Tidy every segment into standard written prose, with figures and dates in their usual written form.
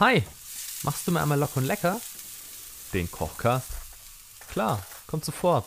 Hi, machst du mir einmal locker und lecker? Den Kochcast? Klar, kommt sofort.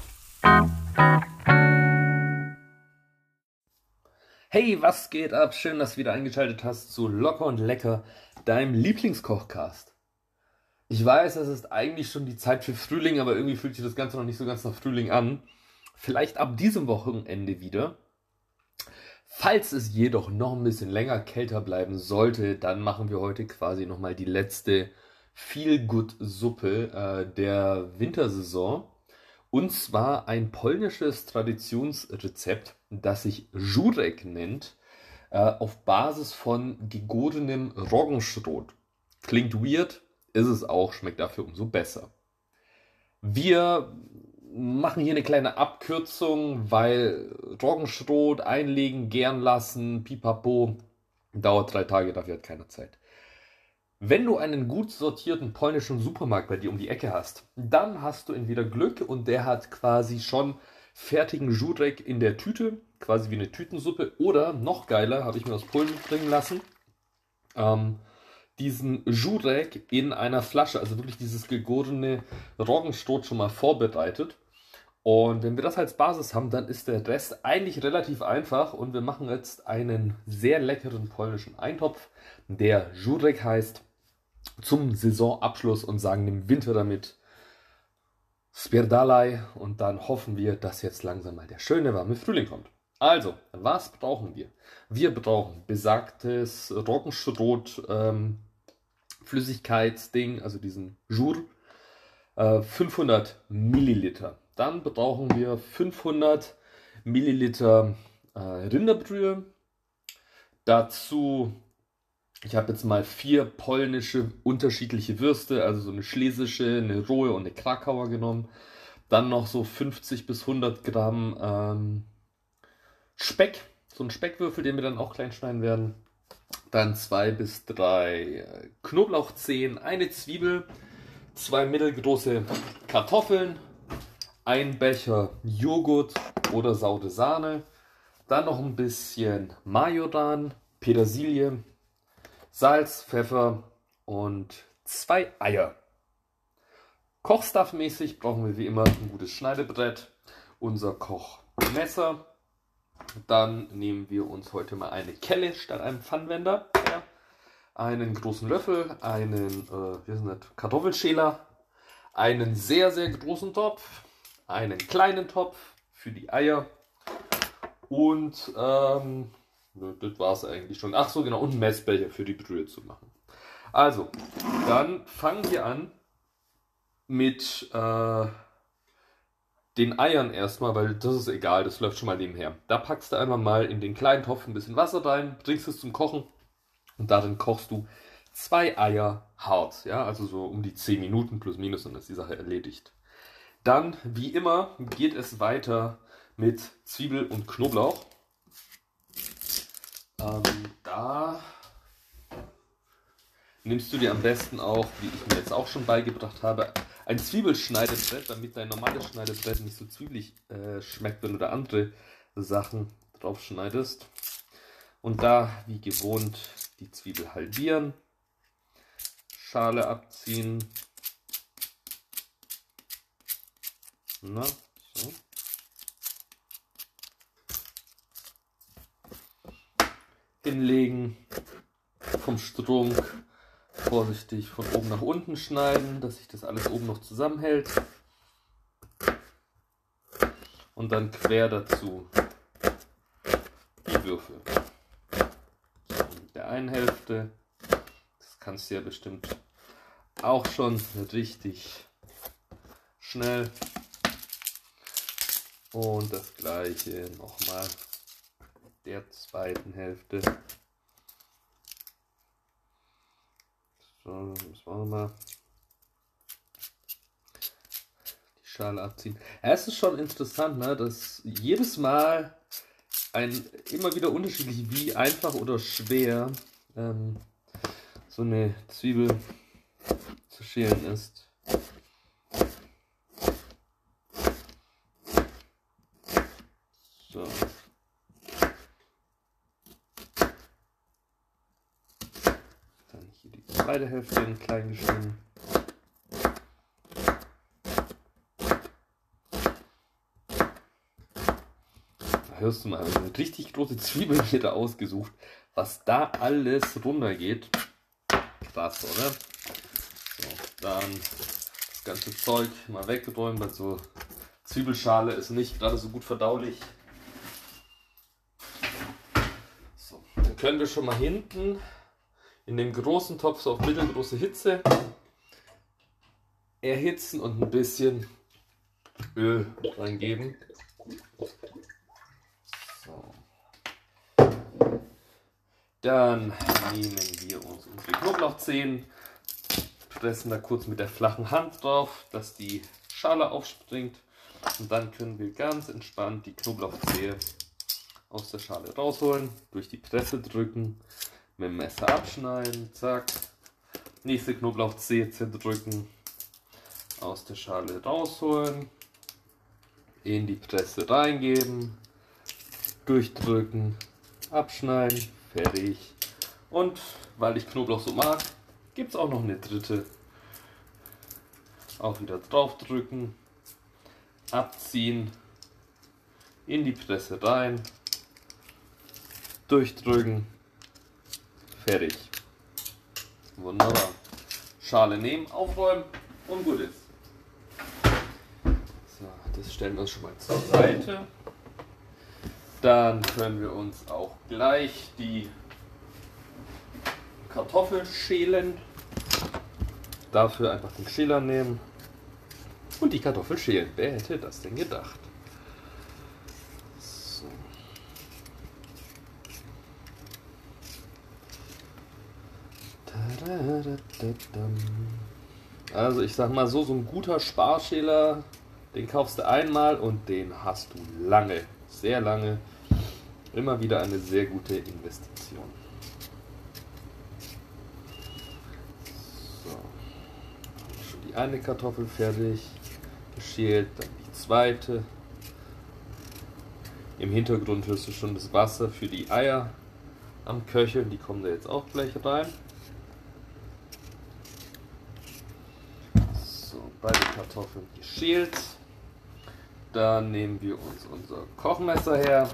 Hey, was geht ab? Schön, dass du wieder eingeschaltet hast zu Locker und Lecker, deinem Lieblingskochcast. Ich weiß, es ist eigentlich schon die Zeit für Frühling, aber irgendwie fühlt sich das Ganze noch nicht so ganz nach Frühling an. Vielleicht ab diesem Wochenende wieder. Falls es jedoch noch ein bisschen länger kälter bleiben sollte, dann machen wir heute quasi nochmal die letzte Feel-Good-Suppe der Wintersaison. Und zwar ein polnisches Traditionsrezept, das sich Żurek nennt, auf Basis von gegorenem Roggenschrot. Klingt weird, ist es auch, schmeckt dafür umso besser. Wir machen hier eine kleine Abkürzung, weil Roggenschrot einlegen, gären lassen, pipapo, dauert 3 Tage, dafür hat keiner Zeit. Wenn du einen gut sortierten polnischen Supermarkt bei dir um die Ecke hast, dann hast du entweder Glück und der hat quasi schon fertigen Żurek in der Tüte, quasi wie eine Tütensuppe, oder noch geiler, habe ich mir aus Polen bringen lassen, diesen Żurek in einer Flasche, also wirklich dieses gegorene Roggenschrot schon mal vorbereitet. Und wenn wir das als Basis haben, dann ist der Rest eigentlich relativ einfach und wir machen jetzt einen sehr leckeren polnischen Eintopf, der Żurek heißt, zum Saisonabschluss und sagen dem Winter damit Spierdalaj und dann hoffen wir, dass jetzt langsam mal der schöne warme Frühling kommt. Also, was brauchen wir? Wir brauchen besagtes Roggenschrot Flüssigkeitsding, also diesen Żur, 500 Milliliter. Dann brauchen wir 500 Milliliter Rinderbrühe. Dazu, ich habe jetzt mal 4 polnische unterschiedliche Würste, also so eine schlesische, eine rohe und eine Krakauer genommen. Dann noch so 50 bis 100 Gramm Speck, so ein Speckwürfel, den wir dann auch klein schneiden werden. Dann 2 bis 3 Knoblauchzehen, eine Zwiebel, 2 mittelgroße Kartoffeln, ein Becher Joghurt oder saure Sahne, dann noch ein bisschen Majoran, Petersilie, Salz, Pfeffer und 2 Eier. Kochstuff-mäßig brauchen wir wie immer ein gutes Schneidebrett, unser Kochmesser. Dann nehmen wir uns heute mal eine Kelle statt einem Pfannenwender her, einen großen Löffel, einen Kartoffelschäler, einen sehr, sehr großen Topf, einen kleinen Topf für die Eier und das war es eigentlich schon. Ach so, genau, und einen Messbecher für die Brühe zu machen. Also, dann fangen wir an mit den Eiern erstmal, weil das ist egal, das läuft schon mal nebenher. Da packst du einfach mal in den kleinen Topf ein bisschen Wasser rein, bringst es zum Kochen und darin kochst du 2 Eier hart, ja, also so um die 10 Minuten plus minus und dann ist die Sache erledigt. Dann, wie immer, geht es weiter mit Zwiebel und Knoblauch. Da nimmst du dir am besten auch, wie ich mir jetzt auch schon beigebracht habe, ein Zwiebelschneidebrett, damit dein normales Schneidebrett nicht so zwiebelig schmeckt, wenn du da andere Sachen drauf schneidest. Und da, wie gewohnt, die Zwiebel halbieren, Schale abziehen. Na, so. Hinlegen, vom Strunk vorsichtig von oben nach unten schneiden, dass sich das alles oben noch zusammenhält. Und dann quer dazu die Würfel. So, mit der einen Hälfte, das kannst du ja bestimmt auch schon richtig schnell. Und das gleiche nochmal mit der zweiten Hälfte. So, das wollen wir mal. Die Schale abziehen. Ja, es ist schon interessant, ne, dass jedes Mal immer wieder unterschiedlich, wie einfach oder schwer so eine Zwiebel zu schälen ist. So. Dann Hier die zweite Hälfte in klein geschnitten. Da hörst du mal, eine richtig große Zwiebel hier da ausgesucht. Was da alles runtergeht. Krass, oder? So, dann das ganze Zeug mal weggeräumt, weil so Zwiebelschale ist nicht gerade so gut verdaulich. So, dann können wir schon mal hinten in dem großen Topf so auf mittelgroße Hitze erhitzen und ein bisschen Öl reingeben. So. Dann nehmen wir uns unsere Knoblauchzehen, pressen da kurz mit der flachen Hand drauf, dass die Schale aufspringt. Und dann können wir ganz entspannt die Knoblauchzehe aus der Schale rausholen, durch die Presse drücken, mit dem Messer abschneiden, zack. Nächste Knoblauchzehe zerdrücken, aus der Schale rausholen, in die Presse reingeben, durchdrücken, abschneiden, fertig. Und weil ich Knoblauch so mag, gibt es auch noch eine dritte. Auch wieder drauf drücken, abziehen, in die Presse rein, durchdrücken, fertig. Wunderbar. Schale nehmen, aufräumen und gut ist. So, das stellen wir uns schon mal zur Seite. Dann können wir uns auch gleich die Kartoffel schälen. Dafür einfach den Schäler nehmen und die Kartoffel schälen. Wer hätte das denn gedacht? So. Also ich sag mal so, so ein guter Sparschäler, den kaufst du einmal und den hast du lange, sehr lange. Immer wieder eine sehr gute Investition. So. Schon die eine Kartoffel fertig geschält, dann die zweite. Im Hintergrund hörst du schon das Wasser für die Eier am Köcheln, die kommen da jetzt auch gleich rein. So, beide Kartoffeln geschält. Dann nehmen wir uns unser Kochmesser her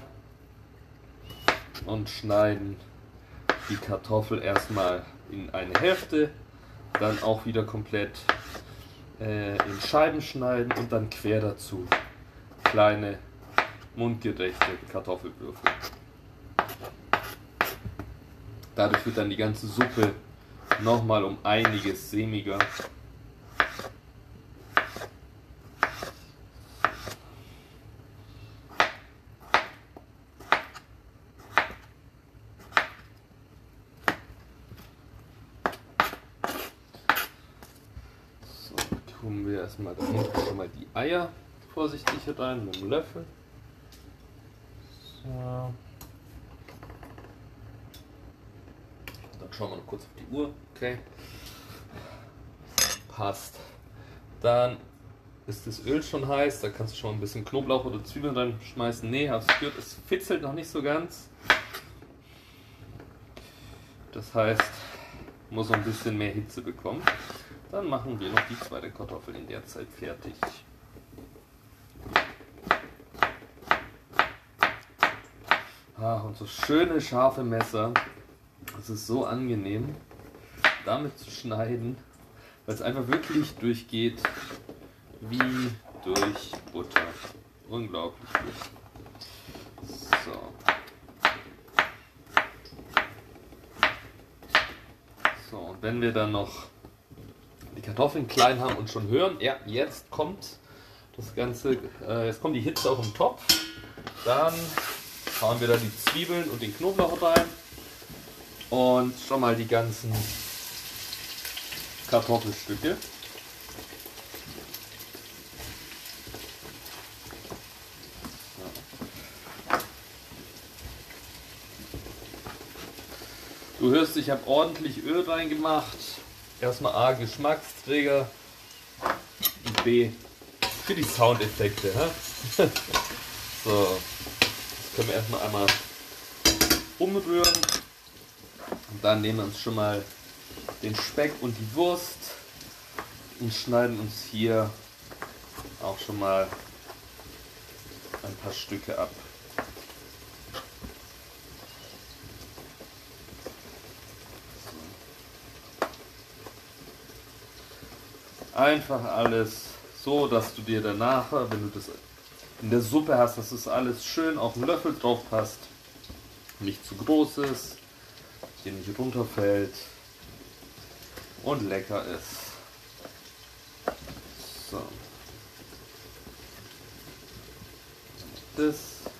und schneiden die Kartoffel erstmal in eine Hälfte, dann auch wieder komplett in Scheiben schneiden und dann quer dazu kleine mundgerechte Kartoffelwürfel. Dadurch wird dann die ganze Suppe nochmal um einiges sämiger. Tun wir erstmal da hinten schon mal die Eier vorsichtig rein mit dem Löffel. So. Dann schauen wir noch kurz auf die Uhr. Okay. Passt. Dann ist das Öl schon heiß. Da kannst du schon ein bisschen Knoblauch oder Zwiebeln reinschmeißen. Nee, hast du gehört, es fitzelt noch nicht so ganz. Das heißt, muss noch ein bisschen mehr Hitze bekommen. Dann machen wir noch die zweite Kartoffel in der Zeit fertig. Und so schöne scharfe Messer. Es ist so angenehm, damit zu schneiden, weil es einfach wirklich durchgeht wie durch Butter. Unglaublich gut. So. So, und wenn wir dann noch die Kartoffeln klein haben und schon hören, ja, jetzt kommt das Ganze, jetzt kommt die Hitze auch im Topf. Dann hauen wir da die Zwiebeln und den Knoblauch rein und schon mal die ganzen Kartoffelstücke. Du hörst, ich habe ordentlich Öl reingemacht. Erstmal A, Geschmacksträger und B, für die Soundeffekte. So, das können wir erstmal einmal umrühren. Und dann nehmen wir uns schon mal den Speck und die Wurst und schneiden uns hier auch schon mal ein paar Stücke ab. Einfach alles so, dass du dir danach, wenn du das in der Suppe hast, dass es alles schön auf den Löffel drauf passt, nicht zu groß ist, hier nicht runterfällt und lecker ist. So. Das.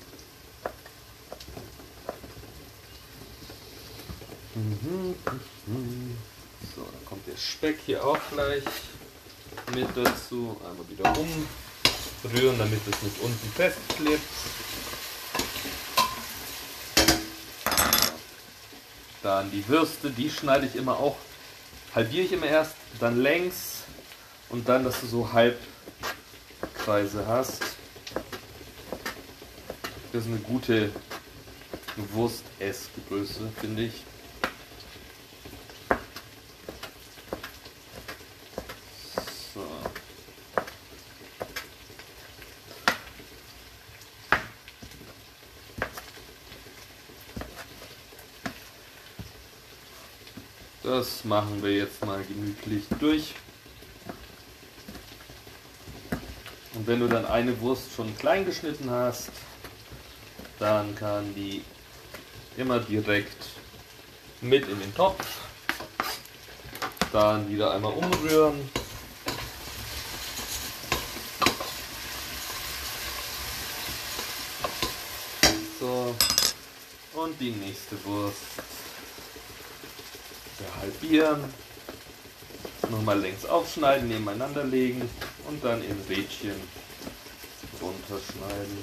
So, dann kommt der Speck hier auch gleich mit dazu. Einmal wieder umrühren, damit es nicht unten festklebt. Dann die Würste, die schneide ich immer auch, halbiere ich immer erst, dann längs und dann, dass du so Halbkreise hast. Das ist eine gute Wurst-Essgröße, finde ich. So. Das machen wir jetzt mal gemütlich durch. Und wenn du dann eine Wurst schon klein geschnitten hast, dann kann die immer direkt mit in den Topf. Dann wieder einmal umrühren. So. Und die nächste Wurst halbieren. Nochmal längs aufschneiden, nebeneinander legen und dann in Rädchen runterschneiden.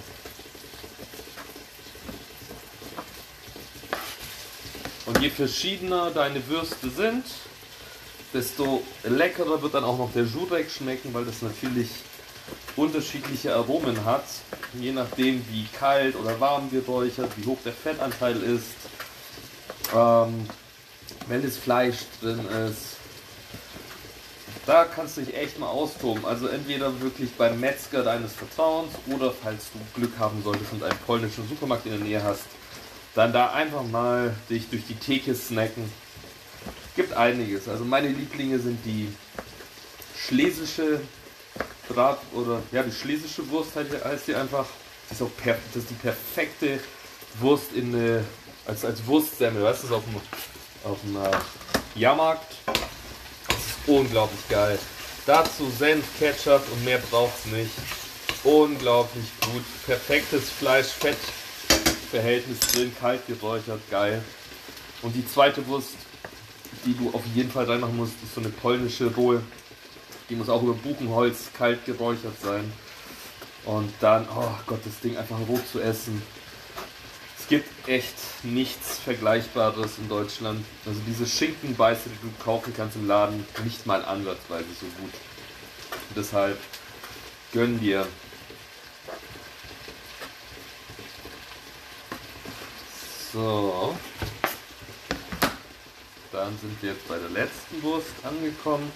Und je verschiedener deine Würste sind, desto leckerer wird dann auch noch der Żurek schmecken, weil das natürlich unterschiedliche Aromen hat, je nachdem wie kalt oder warm geräuchert, wie hoch der Fettanteil ist, wenn das Fleisch drin ist. Da kannst du dich echt mal austoben. Also entweder wirklich beim Metzger deines Vertrauens oder falls du Glück haben solltest und einen polnischen Supermarkt in der Nähe hast, dann da einfach mal dich durch die Theke snacken. Gibt einiges. Also meine Lieblinge sind die schlesische die schlesische Wurst heißt die einfach. Das ist die perfekte Wurst als Wurstsemmel, weißt du, auf dem Jahrmarkt. Das ist unglaublich geil. Dazu Senf, Ketchup und mehr braucht es nicht. Unglaublich gut. Perfektes Fleisch-Fett-Verhältnis drin, kalt geräuchert, geil. Und die zweite Wurst, die du auf jeden Fall reinmachen musst, ist so eine polnische rohe. Die muss auch über Buchenholz kalt geräuchert sein. Und dann, oh Gott, das Ding einfach roh zu essen. Es gibt echt nichts Vergleichbares in Deutschland. Also diese Schinkenbeiße, die du kaufen kannst im Laden, nicht mal ansatzweise so gut. Und deshalb gönn dir. So. Dann sind wir jetzt bei der letzten Wurst angekommen.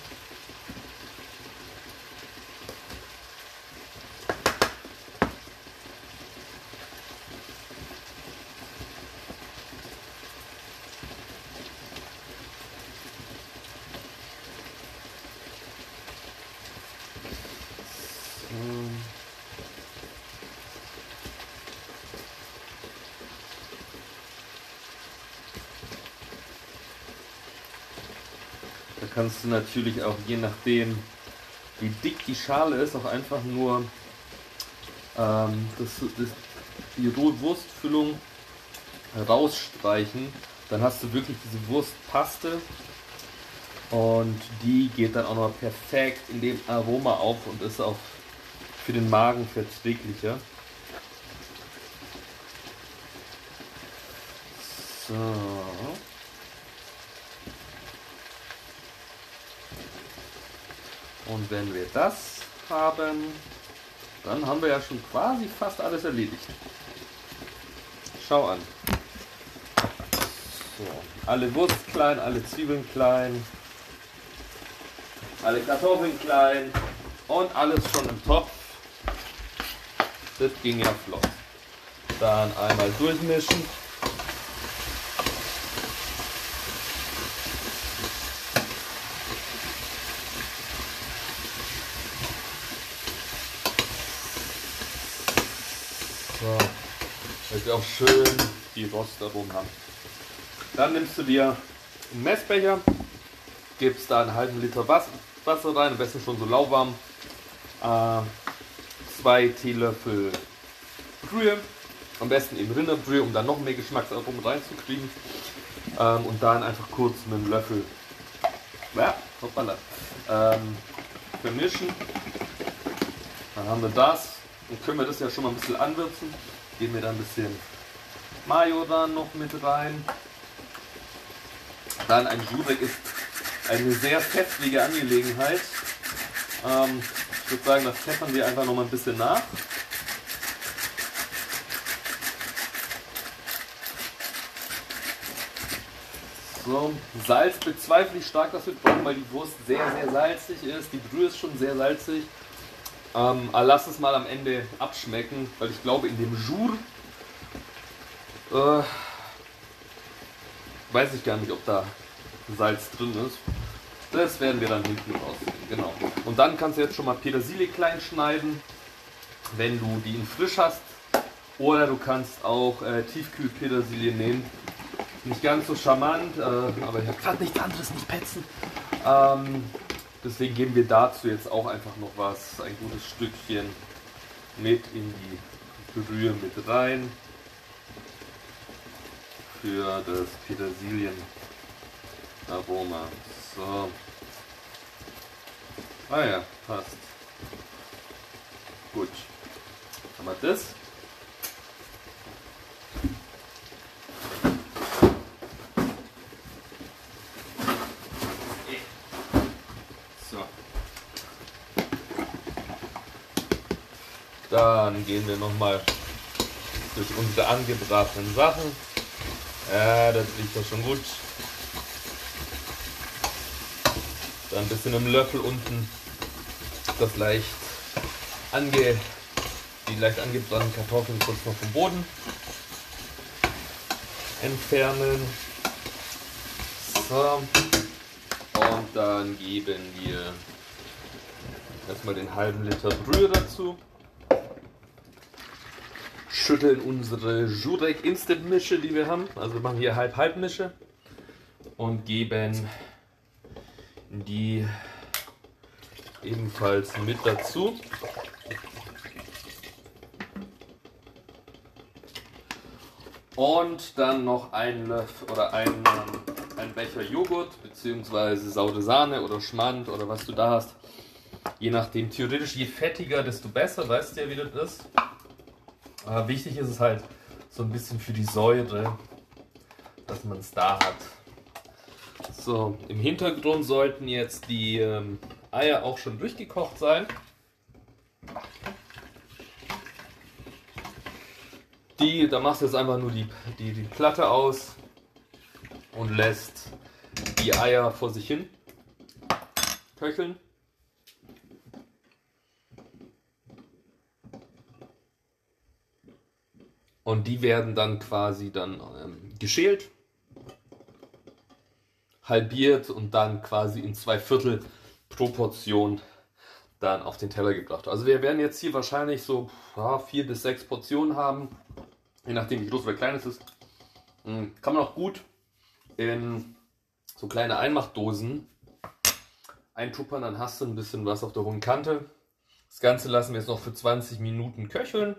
Da kannst du natürlich auch, je nachdem wie dick die Schale ist, auch einfach nur die rohe Wurstfüllung rausstreichen. Dann hast du wirklich diese Wurstpaste und die geht dann auch noch perfekt in dem Aroma auf und ist auch für den Magen verträglicher. So. Und wenn wir das haben, dann haben wir ja schon quasi fast alles erledigt. Schau an. So, alle Wurst klein, alle Zwiebeln klein. Alle Kartoffeln klein und alles schon im Topf. Das ging ja flott. Dann einmal durchmischen. So, damit wir auch schön die Rostaromen haben. Dann nimmst du dir einen Messbecher, gibst da einen halben Liter Wasser rein, am besten schon so lauwarm. 2 Teelöffel Brühe, am besten eben Rinderbrühe, um dann noch mehr Geschmacksaromen reinzukriegen. Und dann einfach kurz mit einem Löffel vermischen. Dann haben wir das. Dann können wir das ja schon mal ein bisschen anwürzen. Geben wir dann ein bisschen Mayo dann noch mit rein. Dann ein Žurek ist eine sehr pfeffrige Angelegenheit. Ich würde sagen, das pfeffern wir einfach noch mal ein bisschen nach. So, Salz bezweifle ich stark, dass wir brauchen, weil die Wurst sehr, sehr salzig ist. Die Brühe ist schon sehr salzig. Lass es mal am Ende abschmecken, weil ich glaube, in dem Jour weiß ich gar nicht, ob da Salz drin ist. Das werden wir dann hinten raussehen. Genau. Und dann kannst du jetzt schon mal Petersilie klein schneiden, wenn du die in frisch hast. Oder du kannst auch Tiefkühlpetersilie nehmen. Nicht ganz so charmant, aber ich habe gerade nichts anderes, nicht petzen. Deswegen geben wir dazu jetzt auch einfach noch was, ein gutes Stückchen mit in die Brühe mit rein. Für das Petersilien-Aroma. So. Ah ja, passt. Gut. Haben wir das. So. Dann gehen wir nochmal durch unsere angebratenen Sachen. Ja, das riecht doch schon gut. Dann ein bisschen im Löffel unten das die leicht angebrannten Kartoffeln kurz noch vom Boden entfernen. So. Und dann geben wir erstmal den halben Liter Brühe dazu. Schütteln unsere Žurek Instant Mische, die wir haben. Also wir machen hier halb-halb Mische. Und geben die ebenfalls mit dazu. Und dann noch ein Löffel oder ein Becher Joghurt bzw. saure Sahne oder Schmand oder was du da hast. Je nachdem, theoretisch je fettiger, desto besser, weißt du ja, wie das ist. Aber wichtig ist es halt so ein bisschen für die Säure, dass man es da hat. So, im Hintergrund sollten jetzt die Eier auch schon durchgekocht sein. Da machst du jetzt einfach nur die Platte aus und lässt die Eier vor sich hin köcheln. Und die werden dann quasi geschält, halbiert und dann quasi in 2/4 Proportion dann auf den Teller gebracht. Also wir werden jetzt hier wahrscheinlich so 4 bis 6 Portionen haben, je nachdem wie groß oder klein es ist. Kann man auch gut in so kleine Einmachdosen eintuppern, dann hast du ein bisschen was auf der hohen Kante. Das Ganze lassen wir jetzt noch für 20 Minuten köcheln.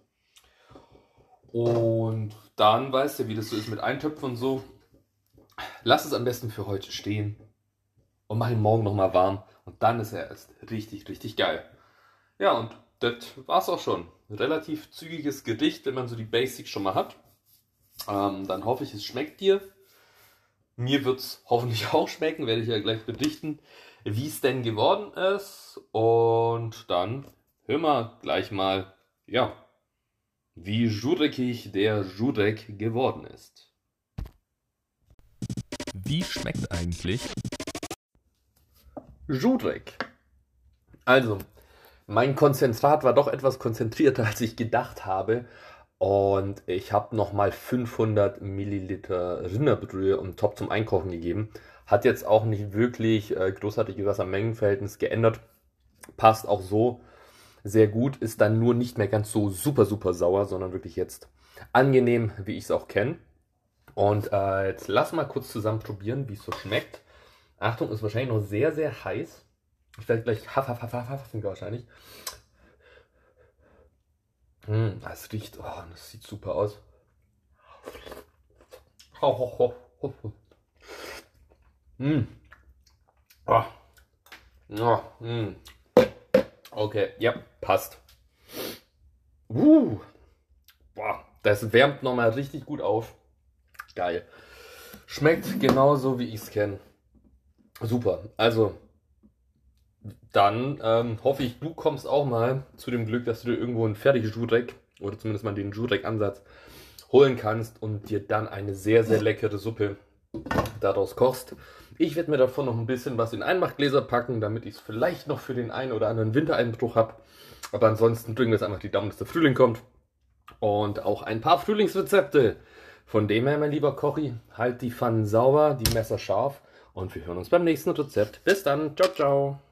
Und dann weißt du, wie das so ist mit Eintöpfen und so. Lass es am besten für heute stehen und mach ihn morgen nochmal warm. Und dann ist er erst richtig, richtig geil. Ja, und das war's auch schon. Relativ zügiges Gericht, wenn man so die Basics schon mal hat. Dann hoffe ich, es schmeckt dir. Mir wird es hoffentlich auch schmecken, werde ich ja gleich berichten, wie es denn geworden ist. Und dann hören wir gleich mal, ja, wie žurekig der Žurek geworden ist. Wie schmeckt eigentlich Żurek. Also, mein Konzentrat war doch etwas konzentrierter, als ich gedacht habe. Und ich habe nochmal 500 Milliliter Rinderbrühe und Top zum Einkochen gegeben. Hat jetzt auch nicht wirklich großartig was am Mengenverhältnis geändert. Passt auch so sehr gut. Ist dann nur nicht mehr ganz so super, super sauer, sondern wirklich jetzt angenehm, wie ich es auch kenne. Und jetzt lass mal kurz zusammen probieren, wie es so schmeckt. Achtung, ist wahrscheinlich noch sehr, sehr heiß. Ich werde gleich haffen wahrscheinlich. Das riecht, oh, das sieht super aus. Oh. Ja, okay, ja, passt. Boah, das wärmt nochmal richtig gut auf. Geil. Schmeckt genauso, wie ich es kenne. Super. Also, dann hoffe ich, du kommst auch mal zu dem Glück, dass du dir irgendwo einen fertigen Żurek oder zumindest mal den Żurek-Ansatz holen kannst und dir dann eine sehr, sehr leckere Suppe daraus kochst. Ich werde mir davon noch ein bisschen was in Einmachgläser packen, damit ich es vielleicht noch für den einen oder anderen Wintereinbruch habe. Aber ansonsten drücken wir jetzt einfach die Daumen, dass der Frühling kommt. Und auch ein paar Frühlingsrezepte. Von dem her, mein lieber Kochi, halt die Pfannen sauber, die Messer scharf und wir hören uns beim nächsten Rezept. Bis dann, ciao, ciao.